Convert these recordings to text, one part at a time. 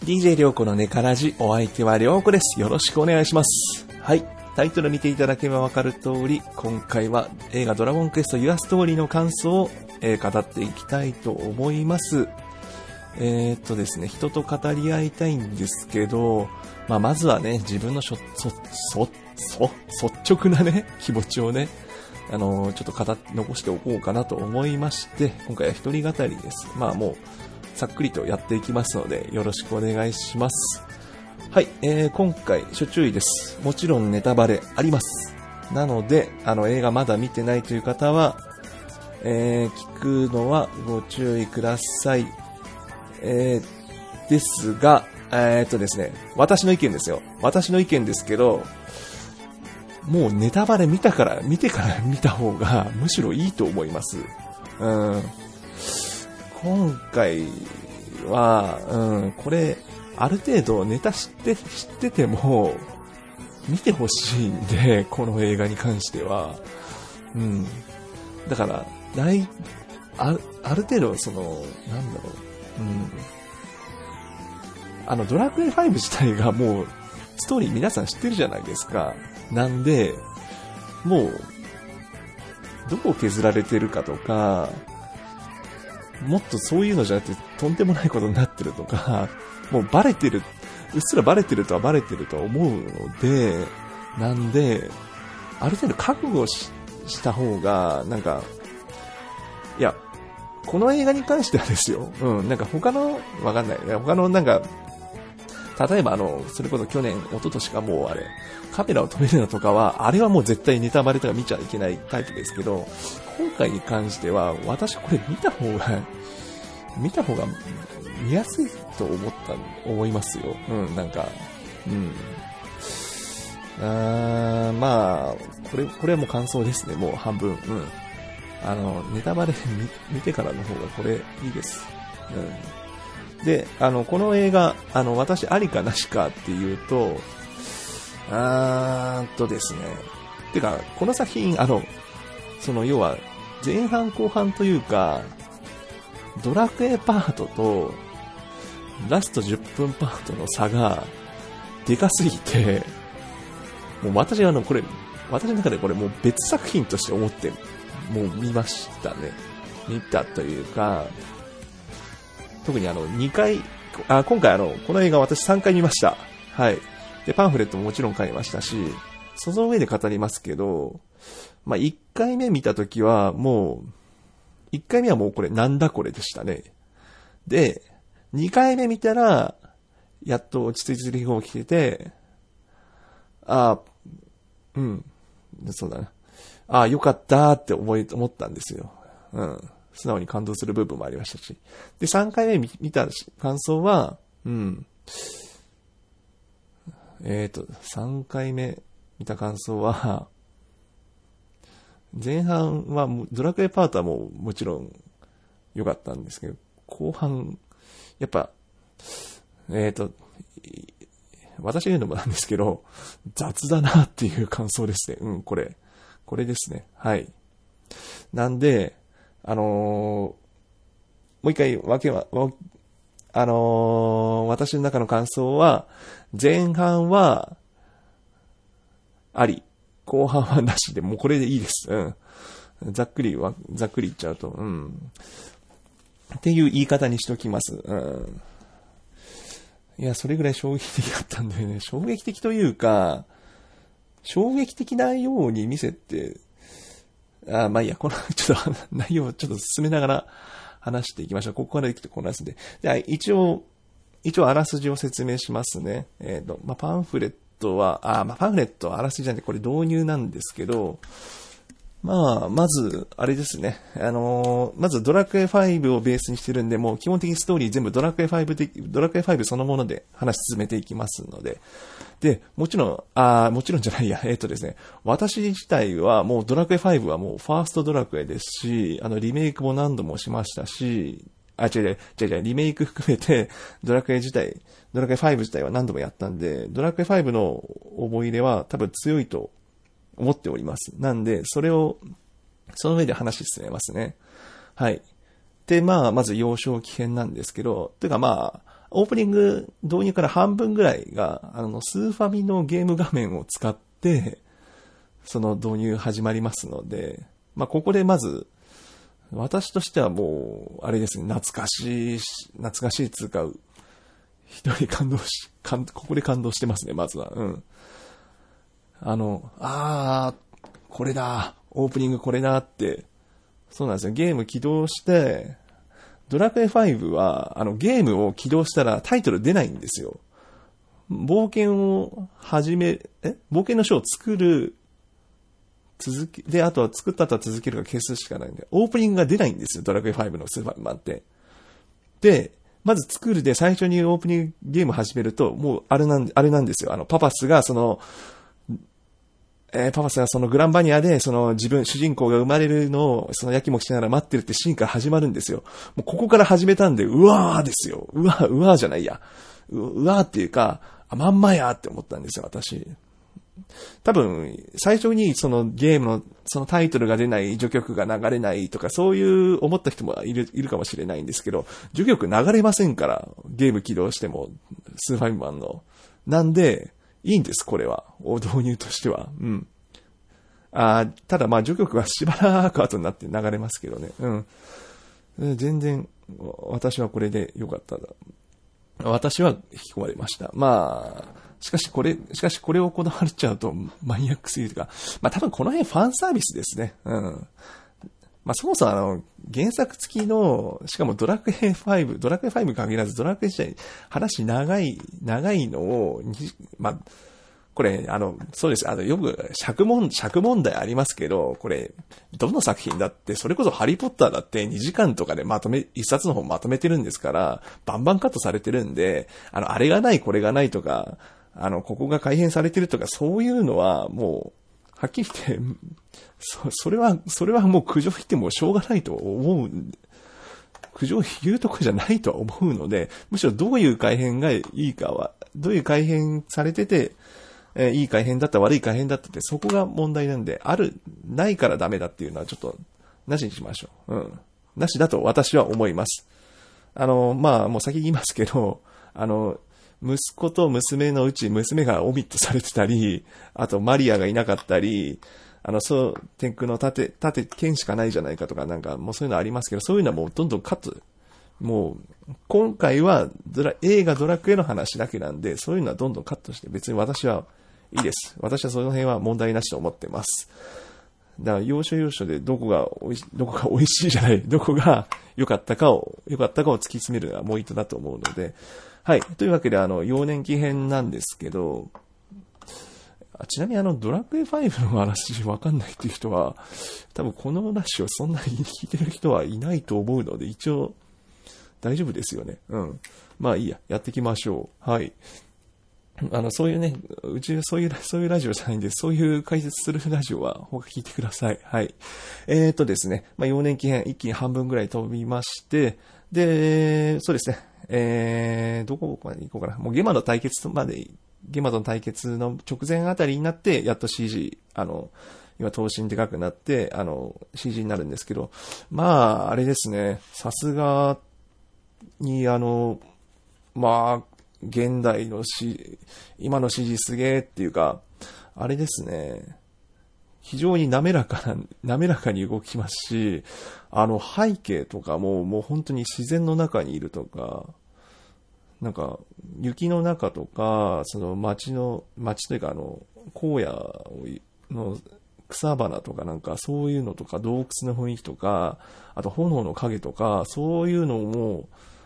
DJ りょうこのネカラジ、お相手はりょうこです。よろしくお願いします。はい。タイトル見ていただければわかる通り、今回は映画ドラゴンクエストユアストーリーの感想を、語っていきたいと思います。ですね、人と語り合いたいんですけど、まずはね、自分の率直なね、気持ちをね、ちょっと残しておこうかなと思いまして、今回は一人語りです。もう、さっくりとやっていきますので、よろしくお願いします。はい、今回、諸注意です。もちろんネタバレあります。なので、映画まだ見てないという方は、聞くのはご注意ください。ですが、ですね、私の意見ですよ。私の意見ですけど、もうネタバレ見てから見た方がむしろいいと思います。今回は、これ、ある程度ネタ知ってても、見てほしいんで、この映画に関しては。だから、ある程度、ドラクエ5自体がもう、ストーリー皆さん知ってるじゃないですか。なんで、もう、どこ削られてるかとか、もっとそういうのじゃなくて、とんでもないことになってるとか、もううっすらバレてるとはバレてると思うので、なんで、ある程度覚悟した方が、いや、この映画に関してはですよ、他の例えばそれこそ一昨年かもうカメラを止めるのとかは、あれはもう絶対ネタバレとか見ちゃいけないタイプですけど、今回に関しては、私これ見た方が見やすいと思いますよ。これはもう感想ですね、もう半分。ネタバレ見てからの方がこれいいです。で、この映画、私ありかなしかっていうと、ですね。てか、この作品、要は、前半後半というか、ドラクエパートと、ラスト10分パートの差が、でかすぎて、もう私の中でこれもう別作品として思って、もう見ましたね。見たというか、特に2回、今回この映画私3回見ました。はい。で、パンフレットももちろん買いましたし、その上で語りますけど、1回目見たときはもう、1回目はもうこれなんだこれでしたね。で、2回目見たら、やっと落ち着いてセリフを聞けて、そうだな。よかったって思ったんですよ。素直に感動する部分もありましたし。で、3回目見た感想は、3回目見た感想は、前半はドラクエパートはもちろん良かったんですけど、後半、やっぱ、私が言うのもなんですけど、雑だなっていう感想ですね。これですね。はい。なんで、もう一回私の中の感想は、前半は、あり、後半はなしで、もうこれでいいです。ざっくり言っちゃうと、っていう言い方にしときます。いや、それぐらい衝撃的だったんだよね。衝撃的というか、衝撃的なように見せて、いいや、この、ちょっと内容をちょっと進めながら話していきましょう。ここからできてこなすんで。じゃあ、一応あらすじを説明しますね。パンフレットはあらすじなんでこれ導入なんですけど、まず、あれですね。まずドラクエ5をベースにしてるんで、もう基本的にストーリー全部ドラクエ5そのもので話進めていきますので。で、もちろんじゃないや、ですね。私自体はもうドラクエ5はもうファーストドラクエですし、リメイクも何度もしましたし、リメイク含めて、ドラクエ5自体は何度もやったんで、ドラクエ5の思い入れは多分強いと思っております。なんで、その上で話進めますね。はい。で、まず幼少期編なんですけど、てかオープニング導入から半分ぐらいが、スーファミのゲーム画面を使って、その導入始まりますので、まあ、ここでまず、私としてはもう、あれですね、懐かしいつうか、一人ここで感動してますね、まずは。うん。これだ、オープニングこれだって、そうなんですよ、ゲーム起動して、ドラクエ5は、ゲームを起動したらタイトル出ないんですよ。冒険の書を作る、で、あとは作った後は続けるか消すしかないんで、オープニングが出ないんですよ、ドラクエ5のスーパーマンって。で、まず作るで最初にオープニングゲーム始めると、もうあれなんですよ。パパスがそのグランバニアで、主人公が生まれるのを、やきもきしながら待ってるってシーンから始まるんですよ。もうここから始めたんで、うわーですよ。うわーじゃないや。うわーっていうか、まんまやって思ったんですよ、私。多分、最初にゲームのタイトルが出ない、序曲が流れないとか、そういう思った人もいるかもしれないんですけど、序曲流れませんから、ゲーム起動しても、スーファミマンの。なんで、いいんです、これは。導入としては。うん。ただ序曲はしばらく後になって流れますけどね。うん。全然、私はこれで良かった。私は引き込まれました。しかしこれをこだわっちゃうとマニアックすぎるとか、多分この辺ファンサービスですね。うん。そもそも原作付きの、しかもドラクエ5限らずドラクエ自体、話長いのを、これ、そうです。よく尺問題ありますけど、これ、どの作品だって、それこそハリーポッターだって2時間とかで一冊の本まとめてるんですから、バンバンカットされてるんで、あれがない、これがないとか、ここが改変されてるとか、そういうのはもう、はっきり言って、それはもう苦情言ってもしょうがないと思う。苦情言うとこじゃないとは思うので、むしろどういう改変がいいかは、どういう改変されてて、いい改変だった悪い改変だったってそこが問題なんで、ないからダメだっていうのはちょっと、なしにしましょう。うん。なしだと私は思います。もう先言いますけど、息子と娘のうち娘がオミットされてたり、あとマリアがいなかったり、天空の盾剣しかないじゃないかとかなんかもうそういうのありますけど、そういうのはもうどんどんカット。もう、今回は映画ドラクエの話だけなんで、そういうのはどんどんカットして別に私はいいです。私はその辺は問題なしと思ってます。だから要所要所でどこが美味しいじゃない、どこが良かったかを突き詰めるのがポイントだと思うので、はい。というわけで、幼年期編なんですけど、ちなみにドラクエ5の話わかんないっていう人は、多分このラッシュをそんなに聞いてる人はいないと思うので、一応、大丈夫ですよね。うん。いいや、やっていきましょう。はい。そういうね、うちそういうラジオじゃないんで、そういう解説するラジオは他聞いてください。はい。ですね、幼年期編一気に半分ぐらい飛びまして、で、そうですね、どこまで行こうかな。もうゲマの対決の直前あたりになって、やっと CG、今、頭身でかくなって、CG になるんですけど、あれですね、さすがに、現代の今の CG すげーっていうか、あれですね、非常に滑らかに動きますし、背景とかもう本当に自然の中にいるとか、なんか、雪の中とか、街というか荒野の草花とかなんかそういうのとか洞窟の雰囲気とか、あと炎の影とか、そういうのも、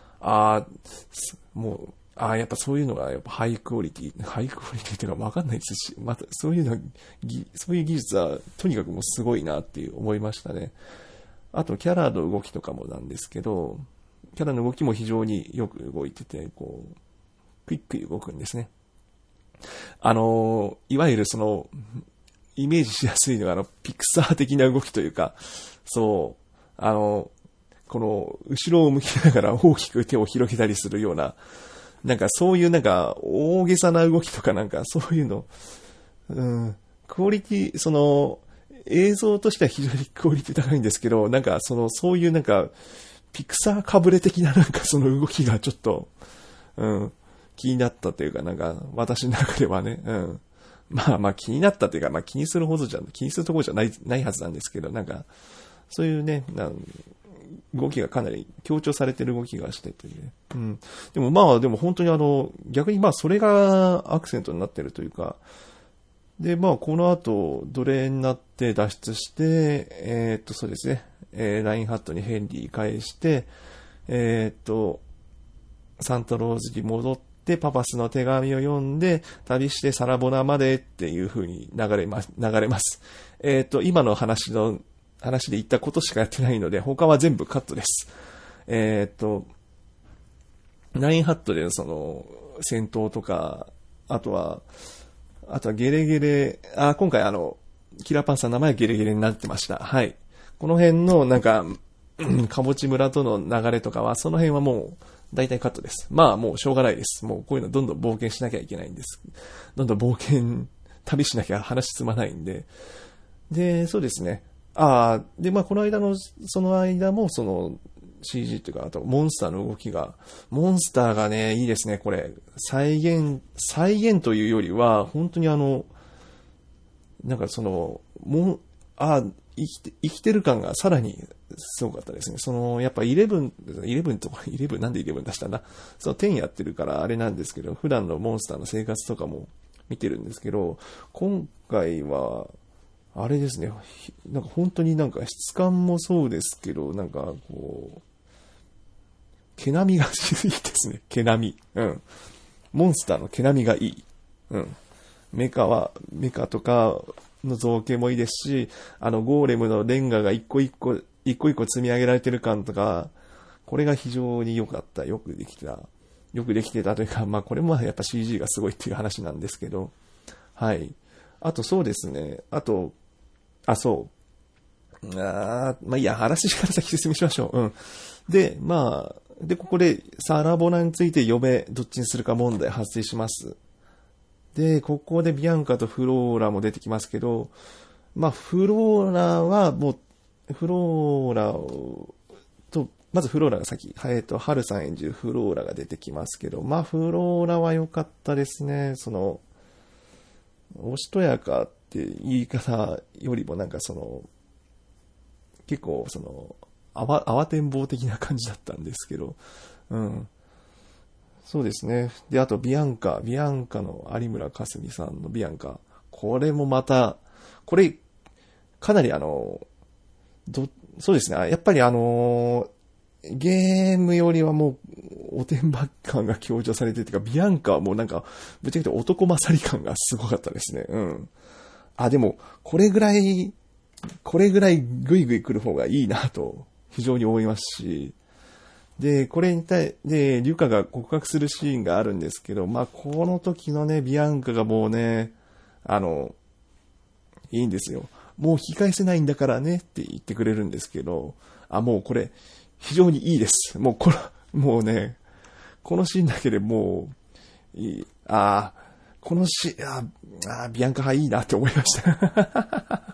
やっぱそういうのがやっぱハイクオリティっていうかわかんないですし、またそういう技術はとにかくもうすごいなって思いましたね。あとキャラの動きとかもなんですけど、キャラの動きも非常によく動いてて、こう、クイックに動くんですね。いわゆるイメージしやすいのがピクサー的な動きというか、そう、この、後ろを向きながら大きく手を広げたりするような、なんかそういうなんか大げさな動きとかなんかそういうの、クオリティ、映像としては非常にクオリティ高いんですけど、なんかそういうなんか、ピクサーかぶれ的ななんかその動きがちょっと、 うん。気になったというか、なんか、私の中ではね、うん。まあ気になったというか、まあ気にするほど気にするところじゃないはずなんですけど、なんか、そういうね、動きがかなり強調されてる動きがしててね。うん。でも本当に逆にそれがアクセントになってるというか、で、この後、奴隷になって脱出して、そうですね、ラインハットにヘンリー返して、サンタローズに戻って、パパスの手紙を読んで、旅してサラボナまでっていう風に流れます。今の話で言ったことしかやってないので、他は全部カットです。ラインハットでその、戦闘とか、あとはゲレゲレ、今回キラパンさんの名前はゲレゲレになってました。はい。この辺のなんか、かぼち村との流れとかは、その辺はもう、大体カットです。もうしょうがないです。もうこういうのどんどん冒険しなきゃいけないんです。どんどん旅しなきゃ話進まないんで。で、そうですね。で、この間も、CG っていうか、あと、モンスターの動きが、モンスターがね、いいですね、これ。再現というよりは、本当になんか生きてる感がさらにすごかったですね。やっぱ11とか、なんで11出したんだ。10やってるからあれなんですけど、普段のモンスターの生活とかも見てるんですけど、今回は、あれですね、なんか本当になんか質感もそうですけど、なんかこう、毛並みがいいですね、毛並み。うん。モンスターの毛並みがいい。うん。メカとかの造形もいいですし、ゴーレムのレンガが一個一個積み上げられてる感とか、これが非常に良かった。よくできてたというか、これもやっぱ CG がすごいっていう話なんですけど、はい。あとそうですね、そう。いいや、話から先説明しましょう。うん。で、ここでサラボナについてどっちにするか問題発生します。で、ここでビアンカとフローラも出てきますけど、フローラと、まずフローラが先、ハルさん演じるフローラが出てきますけど、フローラは良かったですね。おしとやかって言い方よりもなんか結構慌てんぼう的な感じだったんですけど、うん。そうですね。で、あとビアンカの有村架純さんのビアンカ。これもまた、これ、かなりそうですね。やっぱりゲームよりはもう、おてんば感が強調されてるというか、ビアンカはもうなんか、ぶっちゃけて男勝り感がすごかったですね。うん。でも、これぐらいグイグイ来る方がいいなと、非常に思いますし、で、これにリュカが告白するシーンがあるんですけど、この時のね、ビアンカがもうね、いいんですよ。もう引き返せないんだからねって言ってくれるんですけど、もうこれ、非常にいいです。もうこのシーンだけでもう、いい。このビアンカ派いいなって思いました。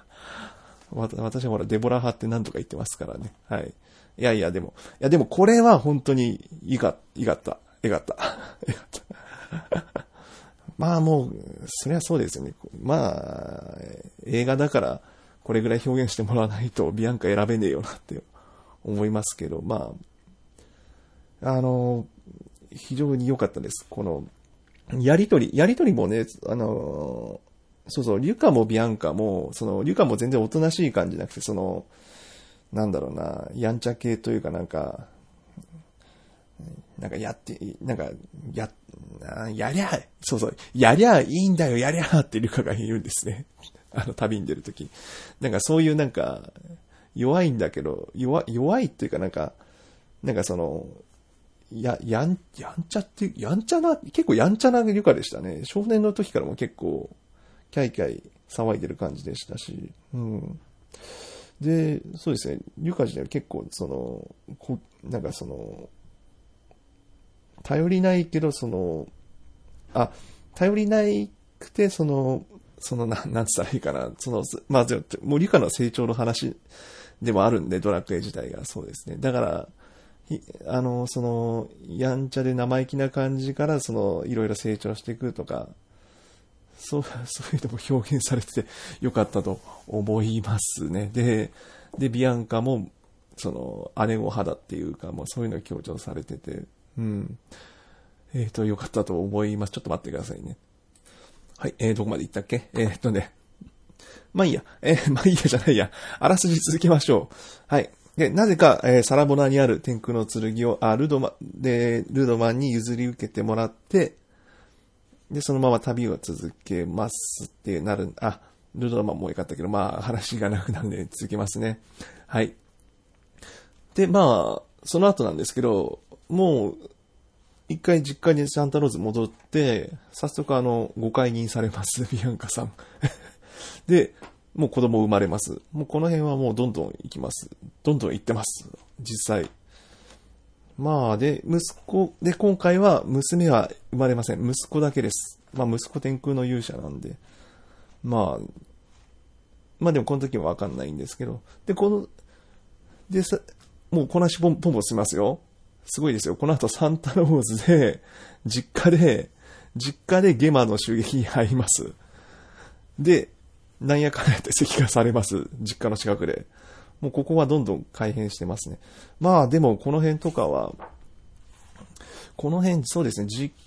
私はほら、デボラ派って何とか言ってますからね。はい。でもこれは本当によかった。もう、それはそうですよね。映画だからこれぐらい表現してもらわないとビアンカ選べねえよなって思いますけど、非常に良かったです。この、やりとりもね、そう、リュカもビアンカも、リュカも全然おとなしい感じじゃなくて、なんだろうな、やんちゃ系というかやりゃいいんだよ、やりゃってリュカが言うんですね。旅に出るとき。そういう弱いんだけど、弱いっていうかやんちゃな、結構やんちゃなリュカでしたね。少年の時からも結構、キャイキャイ騒いでる感じでしたし、うん。で、そうですね、リュカ自体は結構、頼りないけど、頼りないくて、なんつったらいいかな、もうリュカの成長の話でもあるんで、ドラクエ自体がそうですね。だから、 やんちゃで生意気な感じから、いろいろ成長していくとか、そういうのも表現されててよかったと思いますね。で、ビアンカも、姉御肌っていうか、もうそういうのを強調されてて、うん。よかったと思います。ちょっと待ってくださいね。はい、どこまで行ったっけ？まあいいや。まあいいやじゃないや。あらすじ続けましょう。はい。で、なぜか、サラボナにある天空の剣を、ルドマンに譲り受けてもらって、で、そのまま旅を続けますってなる、ルドマンもよかったけど、まあ話がなくなるんで続けますね。はい。で、まあ、その後なんですけど、もう、一回実家にサンタローズ戻って、早速ご解任されます、ビアンカさん。で、もう子供生まれます。もうこの辺はもうどんどん行きます。どんどん行ってます。実際。まあ、で、今回は娘は生まれません。息子だけです。まあ、息子天空の勇者なんで。まあでもこの時はわかんないんですけど。で、もうこなしポンポンしますよ。すごいですよ。この後サンタローズで、実家でゲマの襲撃に入ります。で、なんやかんやって石化されます。実家の近くで。もうここはどんどん改変してますね。まあでもこの辺とかは、そうですね、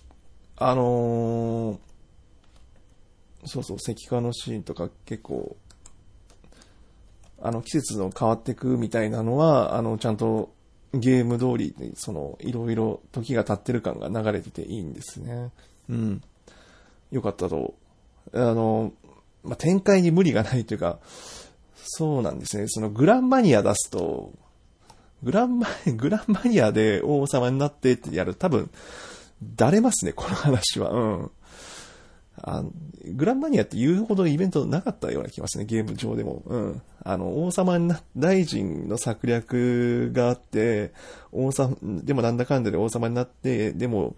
そうそう、石化のシーンとか結構、季節の変わってくみたいなのは、ちゃんとゲーム通りに、いろいろ時が経ってる感が流れてていいんですね。うん。よかったと。まあ、展開に無理がないというか、そうなんですね。グランマニア出すと、グランマニアで王様になってってやる、多分、だれますね、この話は。うん。グランマニアって言うほどイベントなかったような気がしますね、ゲーム上でも。うん。王様に大臣の策略があって、でもなんだかんだで王様になって、でも、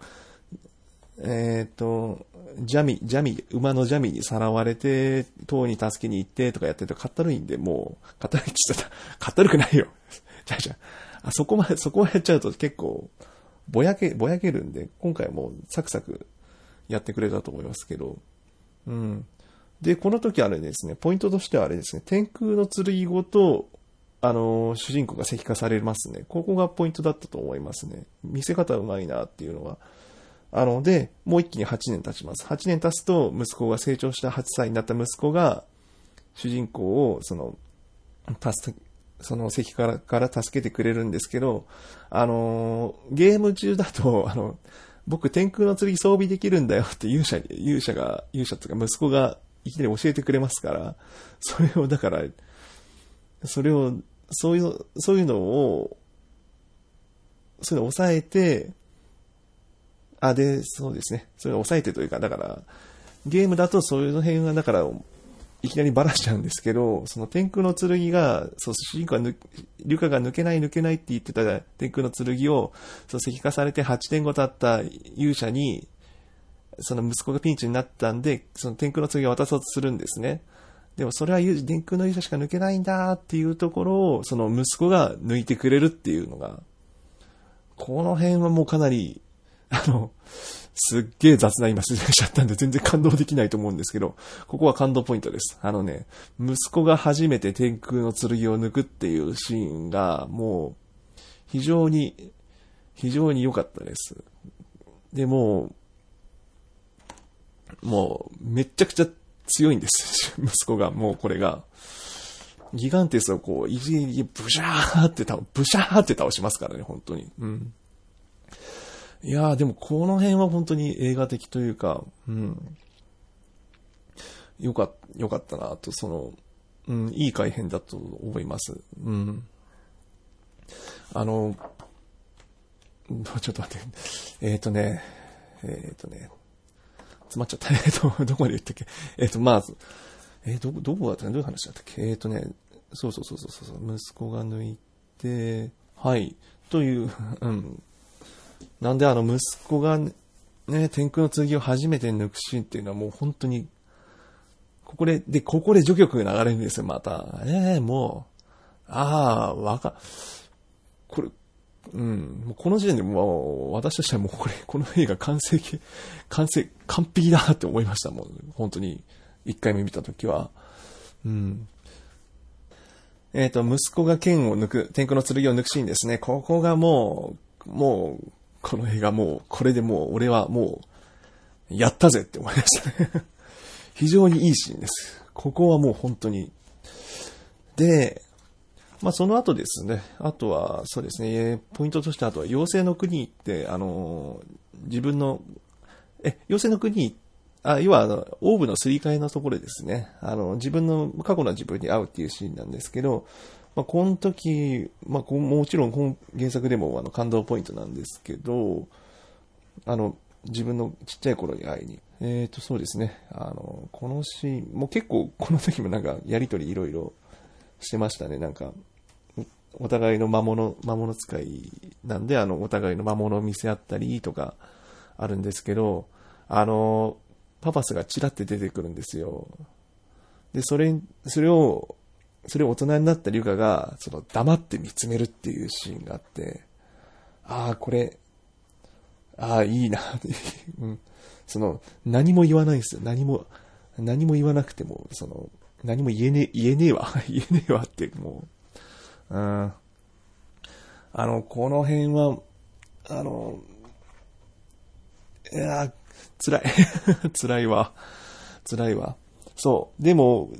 馬のジャミにさらわれて、塔に助けに行ってとかやってると、かったるいんで、もう、かったるいって言っちゃった。かったるくないよ。そこまでやっちゃうと結構、ぼやけるんで、今回はもうサクサクやってくれたと思いますけど。うん。で、この時あれですね、ポイントとしてはあれですね、天空の剣ごと、主人公が石化されますね。ここがポイントだったと思いますね。見せ方うまいなっていうのは。で、もう一気に8年経ちます。8年経つと、息子が成長した8歳になった息子が、主人公を、石から助けてくれるんですけど、ゲーム中だと、僕天空の剣装備できるんだよって勇者っていうか息子がいきなり教えてくれますから、そういうのを抑えて、そうですね。それを抑えてというか、だから、ゲームだとそういうの辺は、だから、いきなりバラしちゃうんですけど、その天空の剣が、主人公がリュカが抜けないって言ってた天空の剣を、石化されて8年後経った勇者に、その息子がピンチになったんで、その天空の剣を渡そうとするんですね。でもそれは天空の勇者しか抜けないんだっていうところを、その息子が抜いてくれるっていうのが、この辺はもうかなり、すっげえ雑な言い回しちゃったんで全然感動できないと思うんですけど、ここは感動ポイントです。息子が初めて天空の剣を抜くっていうシーンが、もう、非常に良かったです。で、もう、めちゃくちゃ強いんです。息子が、もうこれが。ギガンテスをこう、ブシャーって倒しますからね、本当に。うん。いやーでもこの辺は本当に映画的というか、うん。よかったなと、いい改編だと思います。うん。ちょっと待って。詰まっちゃった。どこまで言ったっけ。まあ、どこだったかどういう話だったっけ。そう。息子が抜いて、はい。という、うん。なんで息子がね、天空の剣を初めて抜くシーンっていうのはもう本当に、ここで序曲が流れるんですよ、また。もう、これ、 もうこの時点でもう私としてはもうこの映画完璧だなって思いましたもん。本当に1回目見たときは。息子が剣を抜く、天空の剣を抜くシーンですね。ここがもう、この映画これで俺はやったぜって思いましたね。非常にいいシーンです。ここはもう本当に。で、その後ですね、あとは、そうですね、ポイントとしてあとは、妖精の国って、自分の、妖精の国、要は、オーブのすり替えのところですね、自分の、過去の自分に会うっていうシーンなんですけど、この時、もちろん、この原作でも、感動ポイントなんですけど、自分のちっちゃい頃に会いに、そうですね、このシーン、もう結構、この時もやりとりいろいろしてましたね、お互いの魔物使いなんで、お互いの魔物を見せ合ったりとかあるんですけど、パパスがチラって出てくるんですよ。で、それを大人になったリュカが、黙って見つめるっていうシーンがあって、いいな何も言わないんですよ。何も言わなくても、何も言えねえわって、もう、この辺は、辛い。辛いわ。そう。でも、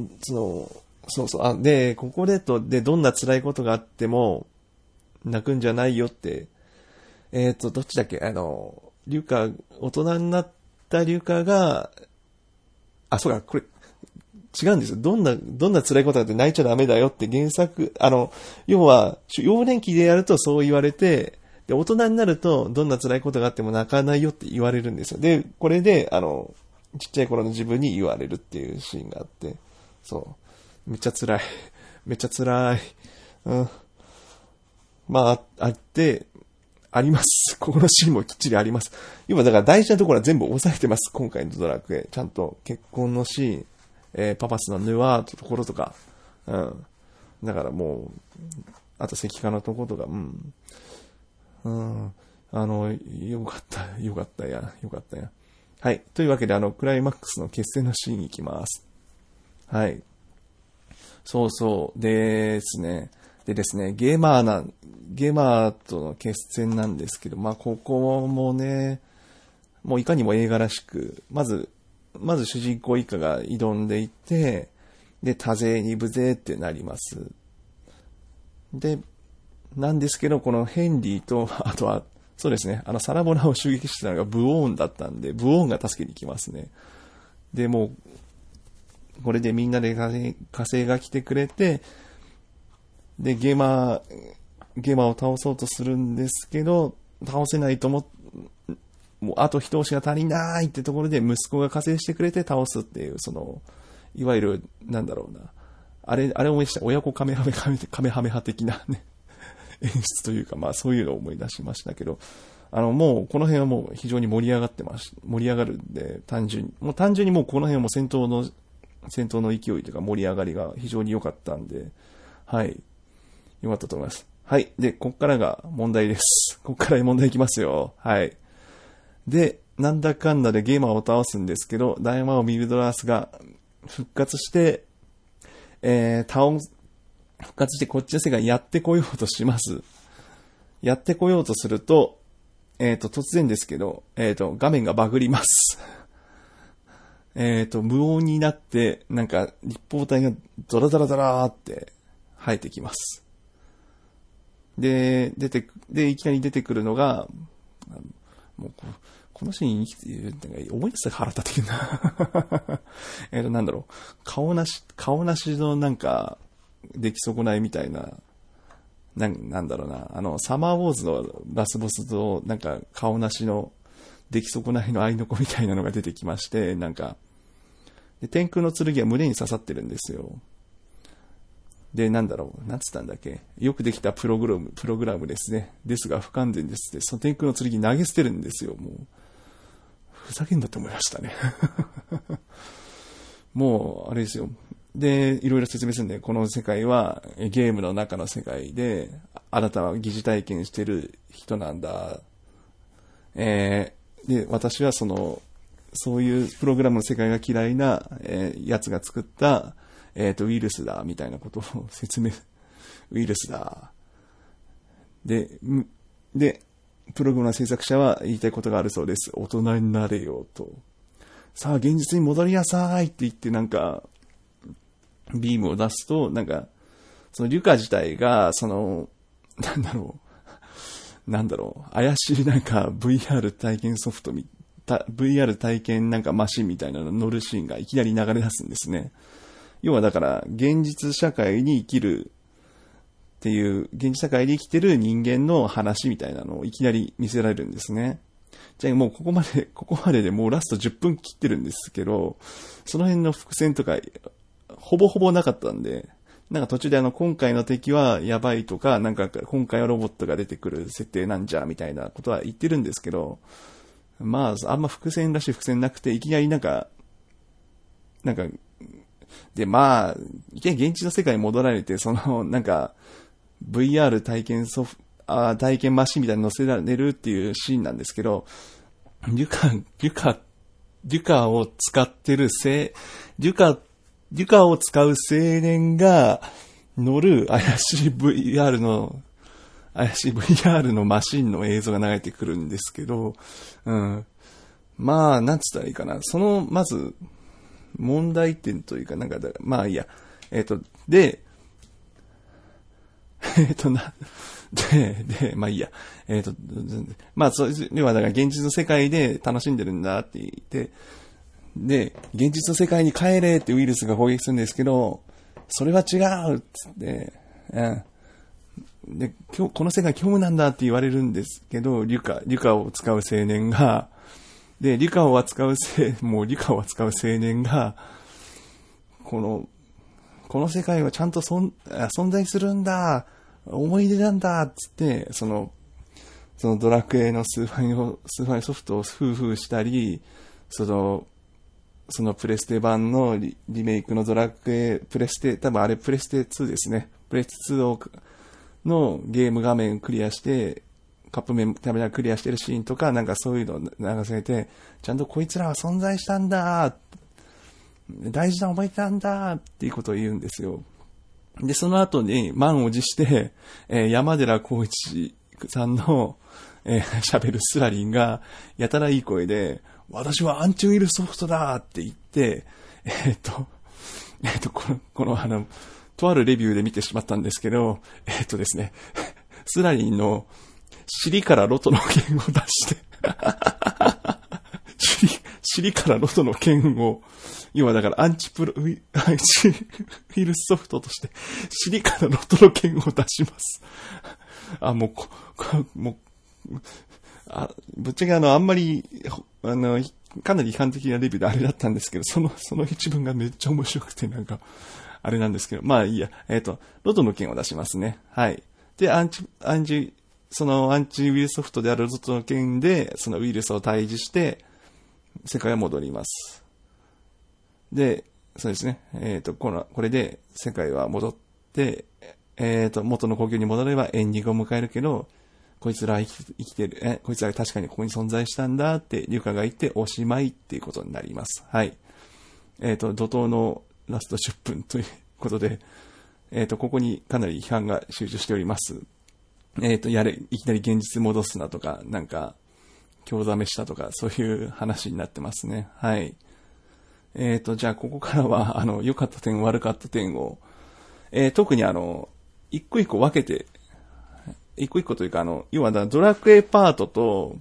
で、ここでどんな辛いことがあっても、泣くんじゃないよって、どっちだっけリュカ、大人になったリュカが、そうか、これ、違うんですよ。どんな辛いことがあって泣いちゃダメだよって原作、要は、幼年期でやるとそう言われて、で、大人になると、どんな辛いことがあっても泣かないよって言われるんですよ。で、これで、ちっちゃい頃の自分に言われるっていうシーンがあって、そう。めっちゃ辛い。あります。ここのシーンもきっちりあります。要はだから大事なところは全部押さえてます。今回のドラクエ。ちゃんと結婚のシーン。パパスのヌワーとところとか、だからもう、あと石化のところとか、よかったや。はい。というわけで、クライマックスの決戦のシーンに行きます。はい。そうですね。でですね、ゲーマーとの決戦なんですけど、ここもね、もういかにも映画らしく、まず主人公一家が挑んでいって、で、多勢に無勢ってなります。で、なんですけど、このヘンリーと、あとは、そうですね、サラボナを襲撃してたのがブオーンだったんで、ブオーンが助けに来ますね。で、もう、これでみんなで火星が来てくれて、で、ゲーマーを倒そうとするんですけど、倒せないともうあと一押しが足りないってところで息子が加勢してくれて倒すっていう、いわゆる、あれ思い出した、親子カメハメハ的なね、演出というか、そういうのを思い出しましたけど、もうこの辺はもう非常に盛り上がるんで、単純にもうこの辺はもう戦闘の勢いというか盛り上がりが非常に良かったんで、はい。良かったと思います。はい。で、こっからが問題です。こっから問題いきますよ。はい。で、なんだかんだでゲーマーを倒すんですけど、大魔王ミルドラースが復活して、復活してこっちの世界やってこようとします。やってこようとすると、突然ですけど、画面がバグります。無音になって、立方体がドラーって生えてきます。で、いきなり出てくるのが、もうこのシーン思い出したら腹立ってくるな。顔なしの出来損ないみたいな、サマーウォーズのラスボスと顔なしの出来損ないの合いの子みたいなのが出てきまして、で天空の剣は胸に刺さってるんですよ。で、なんつったんだっけ。よくできたプログラムですね。ですが不完全ですって、その天空の剣投げ捨てるんですよ、もう。ふざけんだと思いましたね。もう、あれですよ。 で、いろいろ説明するんで、この世界はゲームの中の世界で、あなたは疑似体験してる人なんだ。で、私はそういうプログラムの世界が嫌いな、やつが作った、ウイルスだ、みたいなことを説明、ウイルスだ。で、プログラムの制作者は言いたいことがあるそうです。大人になれよ、と。さあ、現実に戻りなさいって言って、なんか、ビームを出すと、なんか、そのリュカ自体が、なんだろう、怪しいなんか VR 体験ソフトVR 体験なんかマシンみたいなの乗るシーンがいきなり流れ出すんですね。要はだから、現実社会に生きるっていう、現実社会で生きてる人間の話みたいなのをいきなり見せられるんですね。じゃあもうここまででもうラスト10分切ってるんですけど、その辺の伏線とか、ほぼほぼなかったんで、なんか途中で今回の敵はやばいとか、なんか今回はロボットが出てくる設定なんじゃ、みたいなことは言ってるんですけど、まあ、あんま伏線らしい伏線なくて、いきなりで、まあ、いきなり現実の世界に戻られて、なんか、VR 体験体験マシンみたいに乗せられるっていうシーンなんですけど、リュカを使ってるリュカを使う青年が乗る怪しい VR のマシンの映像が流れてくるんですけど、まあ、なんつったらいいかな。まず、問題点というか、なんか、まあいいや。で、まあいいや。まあ、要はだから現実の世界で楽しんでるんだって言って、で、現実の世界に帰れってウイルスが攻撃するんですけど、それは違うっつって、で、この世界虚無なんだって言われるんですけど、リュカを使う青年が、で、リュカを扱う青年が、この世界はちゃんと存在するんだ、思い出なんだっつって、そのドラクエのスーファミソフトをフーフーしたり、そのプレステ版のリメイクのドラクエ、多分あれプレステ2ですね。プレステ2のゲーム画面クリアして、カップ麺食べながらクリアしてるシーンとか、なんかそういうのを流せて、ちゃんとこいつらは存在したんだ、大事な思い出なんだっていうことを言うんですよ。で、その後に満を持して、山寺宏一さんの、喋るスラリンが、やたらいい声で、私はアンチウイルスソフトだって言って、とあるレビューで見てしまったんですけど、ですね、スラリンの尻からロトの剣を出して尻からロトの剣を、要はだからアンチウイルスソフトとして、尻からロトの剣を出します。ぶっちゃけあんまり、かなり批判的なレビューであれだったんですけど、その一文がめっちゃ面白くて、なんか、あれなんですけど、まあいいや、ロトの剣を出しますね。はい。で、アンチウイルスソフトであるロトの剣で、そのウイルスを退治して、世界は戻ります。で、そうですね。これで世界は戻って、元の故郷に戻ればエンディングを迎えるけど、こいつら生きてる、こいつら確かにここに存在したんだって、リュカが言っておしまいっていうことになります。はい。怒涛のラスト10分ということで、ここにかなり批判が集中しております。いきなり現実戻すなとか、なんか、興ざめしたとか、そういう話になってますね。はい。じゃあ、ここからは、良かった点、悪かった点を、特に一個一個分けて、一個一個というか、要はドラクエパートと、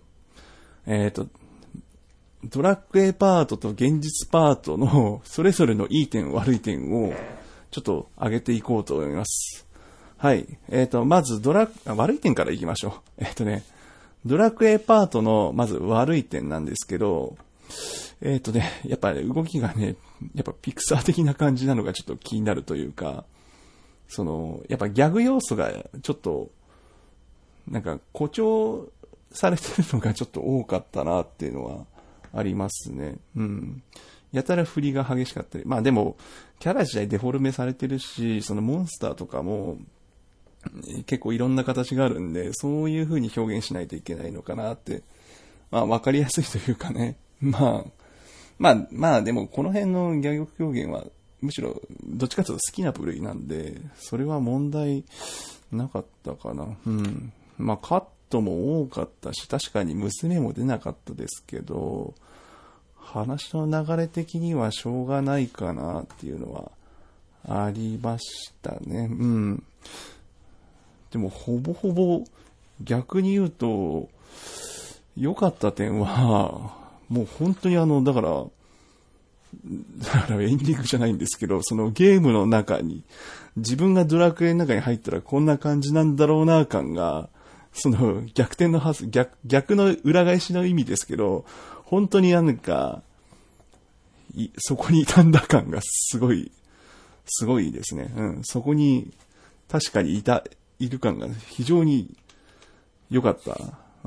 ドラクエパートと現実パートの、それぞれのいい点、悪い点を、ちょっと上げていこうと思います。はい。まず悪い点からいきましょう。ドラクエパートの、まず悪い点なんですけど、やっぱり動きがね、やっぱピクサー的な感じなのがちょっと気になるというか、やっぱギャグ要素がちょっと、なんか誇張されてるのがちょっと多かったなっていうのはありますね。うん。 やたら振りが激しかったり、まあでも、キャラ自体デフォルメされてるし、そのモンスターとかも、結構いろんな形があるんで、そういう風に表現しないといけないのかなって、まあわかりやすいというかね。まあでもこの辺のギャグ表現は、むしろどっちかというと好きな部類なんで、それは問題なかったかな。うん。まあカットも多かったし、確かに娘も出なかったですけど、話の流れ的にはしょうがないかなっていうのはありましたね。うん。でもほぼほぼ逆に言うと良かった点はもう本当にだからエンディングじゃないんですけど、そのゲームの中に自分がドラクエの中に入ったらこんな感じなんだろうな感が、その逆転のはず、逆の裏返しの意味ですけど、本当になんかそこにいたんだ感がすごいですね。うん、そこに確かにいる感が非常に良かった。うん。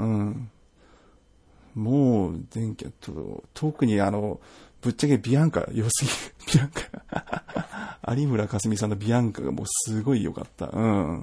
もう、電気特にぶっちゃけビアンカ、良すぎる。ビアンカ。有村架純さんのビアンカがもうすごい良かった。うん。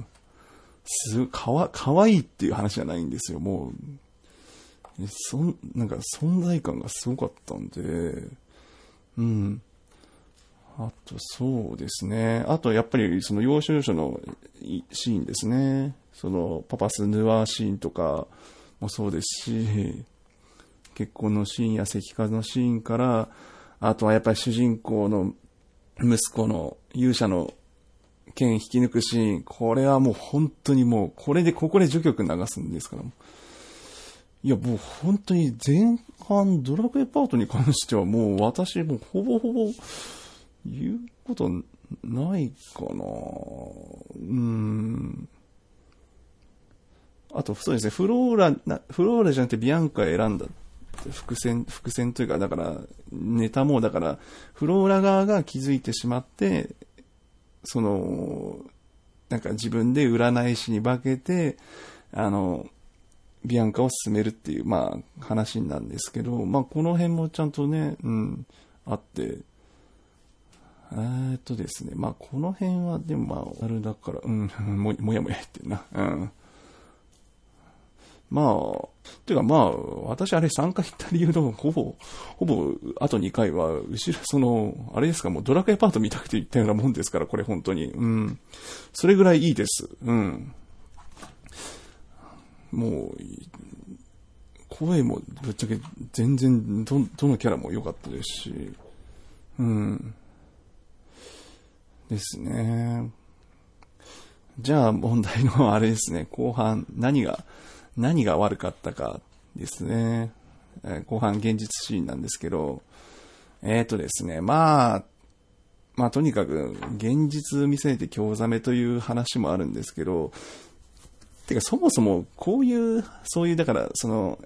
かわいいっていう話じゃないんですよ。もう、なんか存在感がすごかったんで、うん。あと、そうですね。あと、やっぱり、その、要所要所のシーンですね。その、パパスヌアーシーンとかもそうですし、結婚のシーンや石化のシーンから、あとはやっぱり主人公の息子の勇者の剣引き抜くシーン、これはもう本当にもう、ここで序曲流すんですから。いや、もう本当に前半ドラクエパートに関してはもう私もうほぼほぼ言うことないかな。あと、そうですね、フローラじゃなくてビアンカ選んだ伏線というか、だから、ネタも、だから、フローラ側が気づいてしまって、その、なんか自分で占い師に化けて、ビアンカを進めるっていう、まあ、話なんですけど、まあ、この辺もちゃんとね、あって、ですね、まあ、この辺は、でもまあ、あれだから、もやもやってるな、まあ、てかまあ、私あれ3回行った理由のほぼ、あと2回は、後ろ、その、あれですか、もうドラクエパート見たくて行ったようなもんですから、これ本当に。それぐらいいいです。もう、声もぶっちゃけ全然、どのキャラも良かったですし、ですね。じゃあ問題のあれですね、後半、何が悪かったかですね。後半現実シーンなんですけど、ですね、まあとにかく現実見せて興ざめという話もあるんですけど、てかそもそもそういう、だからその、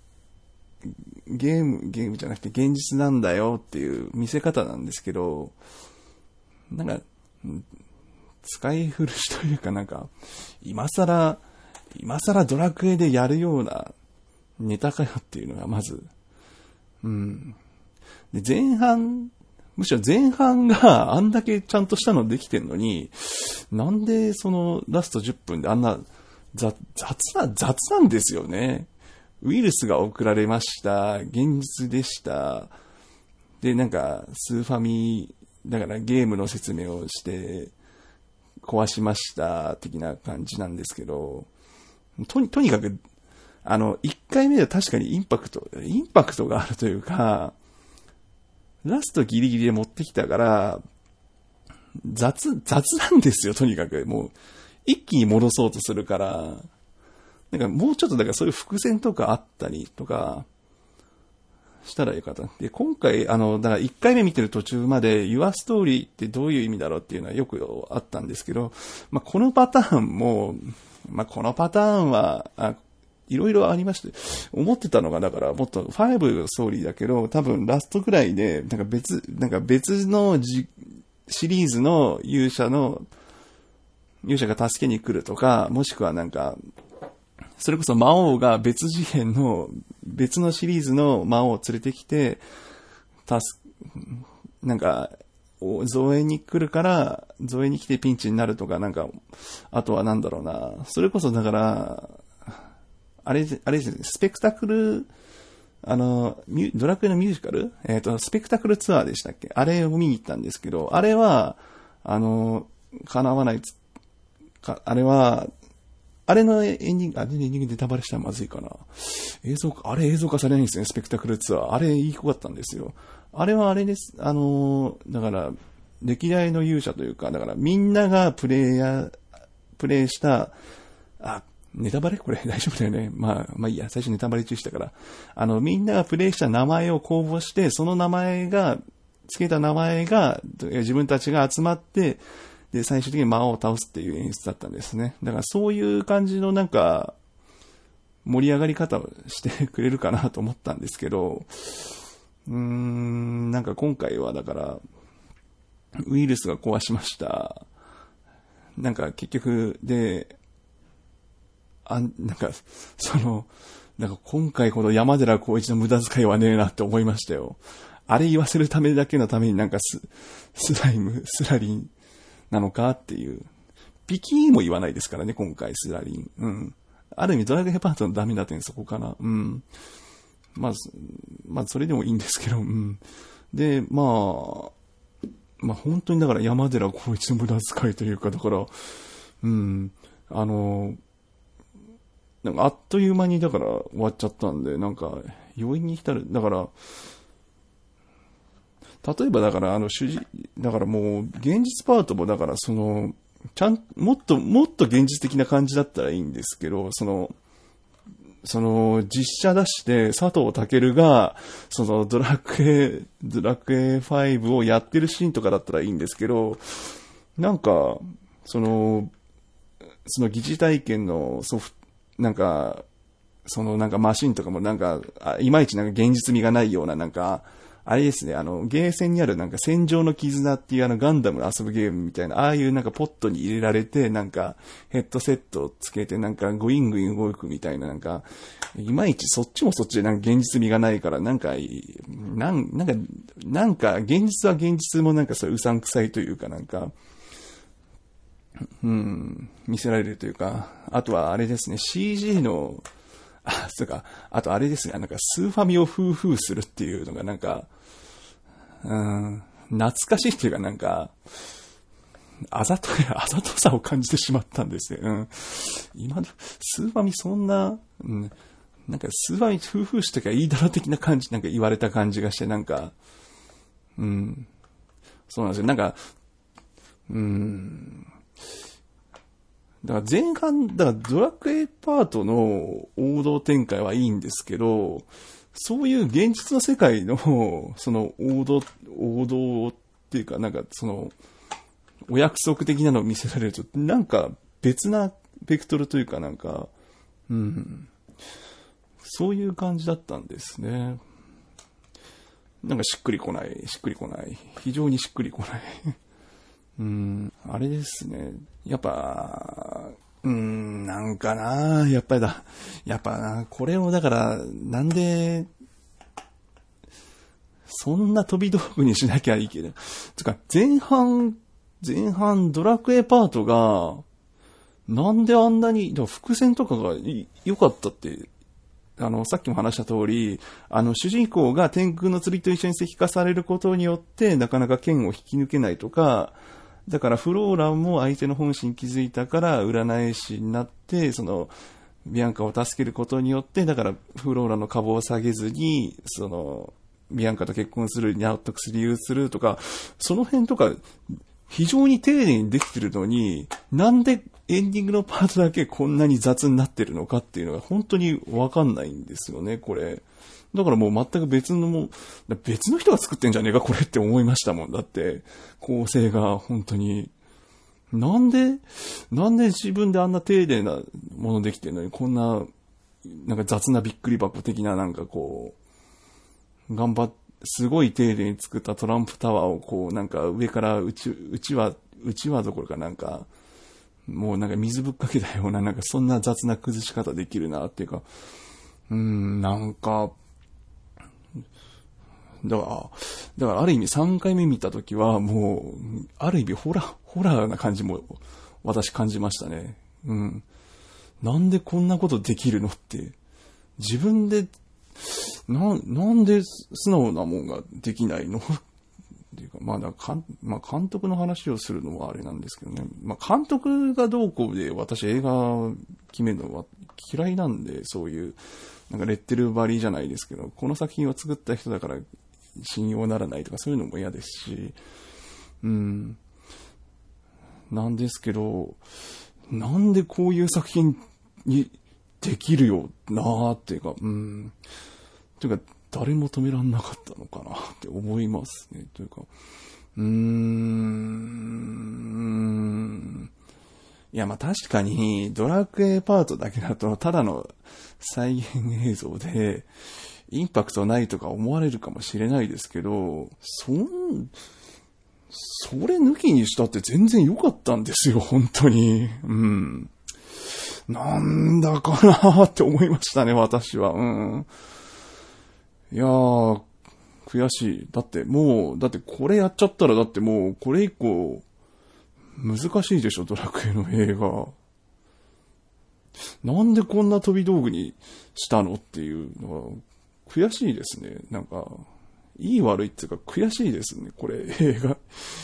ゲームじゃなくて現実なんだよっていう見せ方なんですけど、なんか、使い古しというかなんか、今更ドラクエでやるようなネタかよっていうのがまず、でむしろ前半があんだけちゃんとしたのできてんのに、なんでそのラスト10分であんな雑なんですよね。ウイルスが送られました。現実でした。で、なんか、スーファミ、だからゲームの説明をして、壊しました、的な感じなんですけど、とにかく、1回目では確かにインパクトがあるというか、ラストギリギリで持ってきたから、雑なんですよ、とにかく。もう、一気に戻そうとするから、なんかもうちょっとだからそういう伏線とかあったりとか、したらよかった。で、今回、だから1回目見てる途中まで、Your Story ってどういう意味だろうっていうのはよくあったんですけど、まあ、このパターンも、このパターンは、いろいろありまして、思ってたのが、だから、もっと5ストーリーだけど、多分ラストくらいで、なんか別のシリーズの勇者が助けに来るとか、もしくはなんか、それこそ魔王が別次元の、別のシリーズの魔王を連れてきて、 なんか、造営に来るから、造営に来てピンチになるとか、なんか、あとはなんだろうな、それこそだから、あれですね、スペクタクル、ドラクエのミュージカルスペクタクルツアーでしたっけ、あれを見に行ったんですけど、あれは、叶わないあれのエンディング、エンディングネタバレしたらまずいかな。映像化されないんですね、スペクタクルツアー。あれ、いい子だったんですよ。あれはあれです。だから、歴代の勇者というか、だからみんながプレイした、ネタバレこれ大丈夫だよね。まあいいや、最初ネタバレ中したから。みんながプレイした名前を公募して、そのつけた名前が、自分たちが集まって、で、最終的に魔王を倒すっていう演出だったんですね。だからそういう感じのなんか、盛り上がり方をしてくれるかなと思ったんですけど、なんか今回はだから、ウイルスが壊しました。なんか結局で、なんか今回この山寺宏一の無駄遣いはねえなって思いましたよ。あれ言わせるためだけのためになんかスラリンなのかっていう。ピキーも言わないですからね、今回スラリン。うん。ある意味ドラグヘパートのダメな点そこかな。うん。まあ、それでもいいんですけど、うん。で、まあ本当にだから山寺宏一の無駄遣いというか、だから、うん。なんかあっという間にだから終わっちゃったんで、なんか余韻に浸る。だから、例えばだからだからもう現実パートもだからもっと現実的な感じだったらいいんですけど、実写出して佐藤健が、ドラクエ5をやってるシーンとかだったらいいんですけど、なんか、疑似体験のなんかマシンとかもなんか、いまいちなんか現実味がないようななんか、あれですね、ゲーセンにあるなんか戦場の絆っていうガンダムの遊ぶゲームみたいな、ああいうなんかポットに入れられて、なんかヘッドセットをつけてなんかグイングイン動くみたいななんか、いまいちそっちもそっちでなんか現実味がないから、なんか現実は現実もなんかうさんくさいというかなんか、見せられるというか、あとはあれですね、CG の、あとあれですね、なんかスーファミをフーフーするっていうのがなんか、懐かしいっていうかなんか、あざとさを感じてしまったんですよ。今の、スーファミそんな、なんかスーファミフーフーしてかいいだろ的な感じ、なんか言われた感じがして、なんか、そうなんですよ。なんか、だから前半、だからドラクエパートの王道展開はいいんですけど、そういう現実の世界の、王道っていうか、なんかお約束的なのを見せられると、なんか別なベクトルというかなんか、そういう感じだったんですね。なんかしっくりこない。非常にしっくりこない。あれですね。やっぱ、なんかな、やっぱな、これをだから、なんで、そんな飛び道具にしなきゃいけない。つか、前半ドラクエパートが、なんであんなに、伏線とかが良かったって、さっきも話した通り、主人公が天空の釣りと一緒に石化されることによって、なかなか剣を引き抜けないとか、だからフローラも相手の本心に気づいたから占い師になって、ビアンカを助けることによって、だからフローラの株を下げずに、ビアンカと結婚するに納得する理由するとか、その辺とか、非常に丁寧にできてるのに、なんでエンディングのパートだけこんなに雑になってるのかっていうのが本当にわかんないんですよね、これ。だからもう全く別の人が作ってんじゃねえか、これって思いましたもん。だって、構成が本当に、なんで自分であんな丁寧なものできてるのに、こんな、なんか雑なびっくり箱的ななんかすごい丁寧に作ったトランプタワーをなんか上からうちわどころかなんか、もうなんか水ぶっかけたような、なんかそんな雑な崩し方できるなっていうか、なんか、 だからある意味3回目見たときはもう、ある意味ホラーな感じも私感じましたね。うん。なんでこんなことできるのって、自分で、なんで素直なもんができないのっていうか、監督の話をするのもあれなんですけどね。監督がどうこうで私映画決めるのは嫌いなんで、そういう、レッテル張りじゃないですけど、この作品を作った人だから信用ならないとかそういうのも嫌ですし、なんですけど、なんでこういう作品にできるよなーっていうか、というか、誰も止めらんなかったのかなって思いますね。というか、いや、確かに、ドラクエパートだけだと、ただの再現映像で、インパクトないとか思われるかもしれないですけど、それ抜きにしたって全然良かったんですよ、本当に。なんだかなって思いましたね、私は。いやー、悔しい。だってこれやっちゃったら、だってもう、これ以降、難しいでしょ、ドラクエの映画。なんでこんな飛び道具にしたのっていうのは、悔しいですね。いい悪いっていうか悔しいですね、これ、映画。だ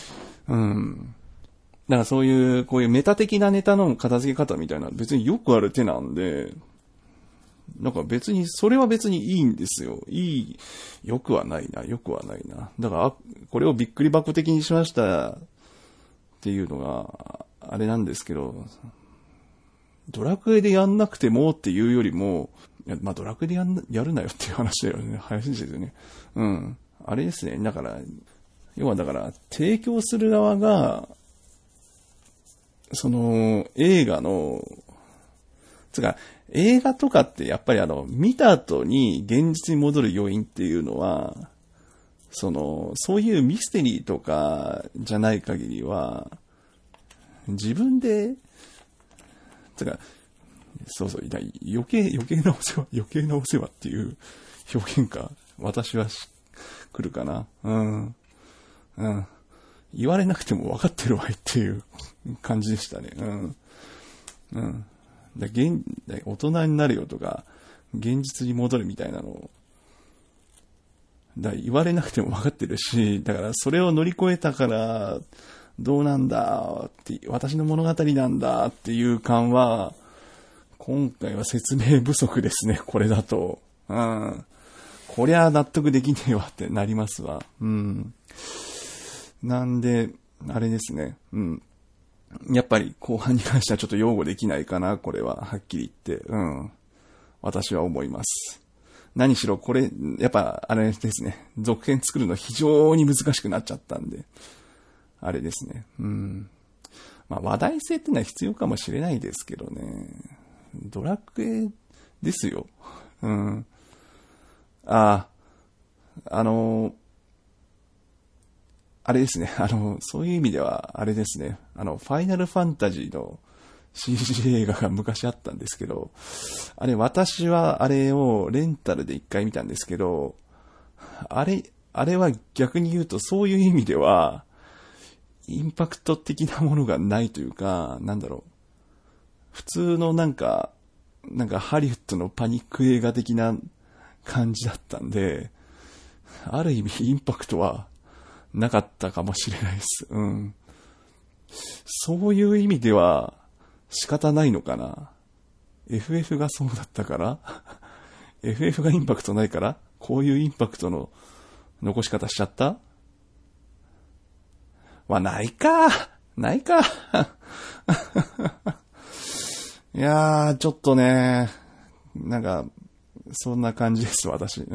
からこういうメタ的なネタの片付け方みたいな、別によくある手なんで、それは別にいいんですよ。よくはないな。だから、これをびっくり箱的にしましたっていうのが、あれなんですけど、ドラクエでやんなくてもっていうよりも、ドラクエでやるなよっていう話だよね。話ですよね。あれですね。要は提供する側が、映画の、映画とかってやっぱり見た後に現実に戻る要因っていうのは、そういうミステリーとかじゃない限りは、自分で、余計なお世話っていう表現か、私は来るかな。言われなくても分かってるわいっていう感じでしたね。大人になるよとか、現実に戻るみたいなのを、言われなくても分かってるし、だからそれを乗り越えたから、どうなんだって、私の物語なんだっていう感は、今回は説明不足ですね、これだと。こりゃ納得できねえわってなりますわ。なんで、あれですね。やっぱり後半に関してはちょっと擁護できないかな、これは。はっきり言って。私は思います。何しろこれ、やっぱあれですね。続編作るの非常に難しくなっちゃったんで。あれですね。話題性ってのは必要かもしれないですけどね。ドラクエですよ。あれですね。そういう意味では、あれですね。ファイナルファンタジーの CG 映画が昔あったんですけど、私はあれをレンタルで一回見たんですけど、あれは逆に言うとそういう意味では、インパクト的なものがないというか、普通のハリウッドのパニック映画的な感じだったんで、ある意味インパクトはなかったかもしれないです。そういう意味では仕方ないのかな。FF がそうだったからFF がインパクトないからこういうインパクトの残し方しちゃったないかいやー、ちょっとね、そんな感じです、私。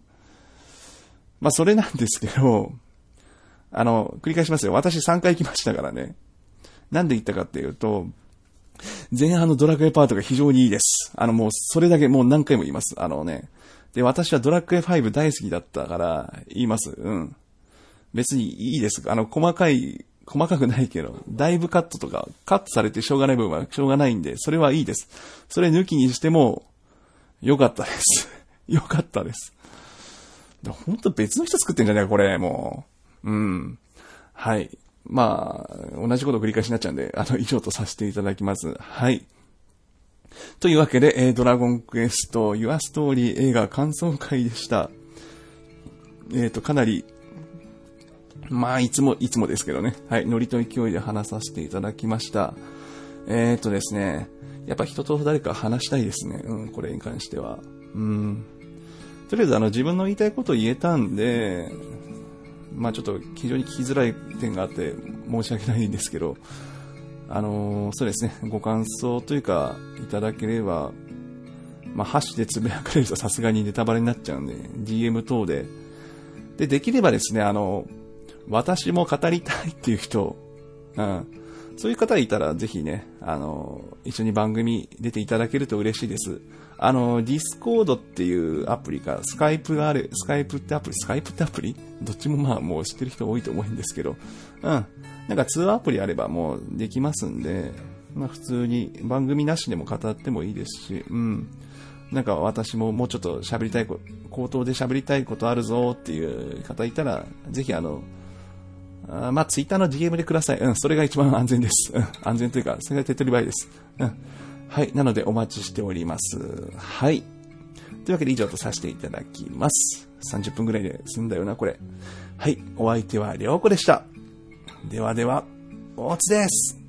それなんですけど、繰り返しますよ。私3回行きましたからね。なんで行ったかっていうと、前半のドラクエパートが非常にいいです。もうそれだけもう何回も言います。で、私はドラクエ5大好きだったから言います。別にいいです。細かくないけど、だいぶカットとか、カットされてしょうがない部分はしょうがないんで、それはいいです。それ抜きにしても、良かったです。良かったです。 ほんと別の人作ってんじゃねえか、これ、もう。はい。まあ、同じこと繰り返しになっちゃうんで、以上とさせていただきます。はい。というわけで、ドラゴンクエスト、Your Story 映画感想会でした。かなり、まあ、いつもですけどね。はい。ノリと勢いで話させていただきました。ですね。やっぱ人と誰か話したいですね。これに関しては。とりあえず自分の言いたいことを言えたんで、まあちょっと非常に聞きづらい点があって申し訳ないんですけど、そうですね、ご感想というかいただければ、まあハッシュでつぶやかれるとさすがにネタバレになっちゃうんで、DM 等で、できればですね、私も語りたいっていう人、そういう方いたらぜひね、一緒に番組出ていただけると嬉しいです。ディスコードっていうアプリか、スカイプってアプリどっちもまあもう知ってる人多いと思うんですけど、なんか通話アプリあればもうできますんで、まあ普通に番組なしでも語ってもいいですし、なんか私ももうちょっと口頭で喋りたいことあるぞっていう方いたら、ぜひまあ、ツイッターの DM でください。それが一番安全です。安全というか、それが手っ取り早いです。はい。なので、お待ちしております。はい。というわけで、以上とさせていただきます。30分くらいで済んだよな、これ。はい。お相手は、りょうこでした。ではでは、おつです。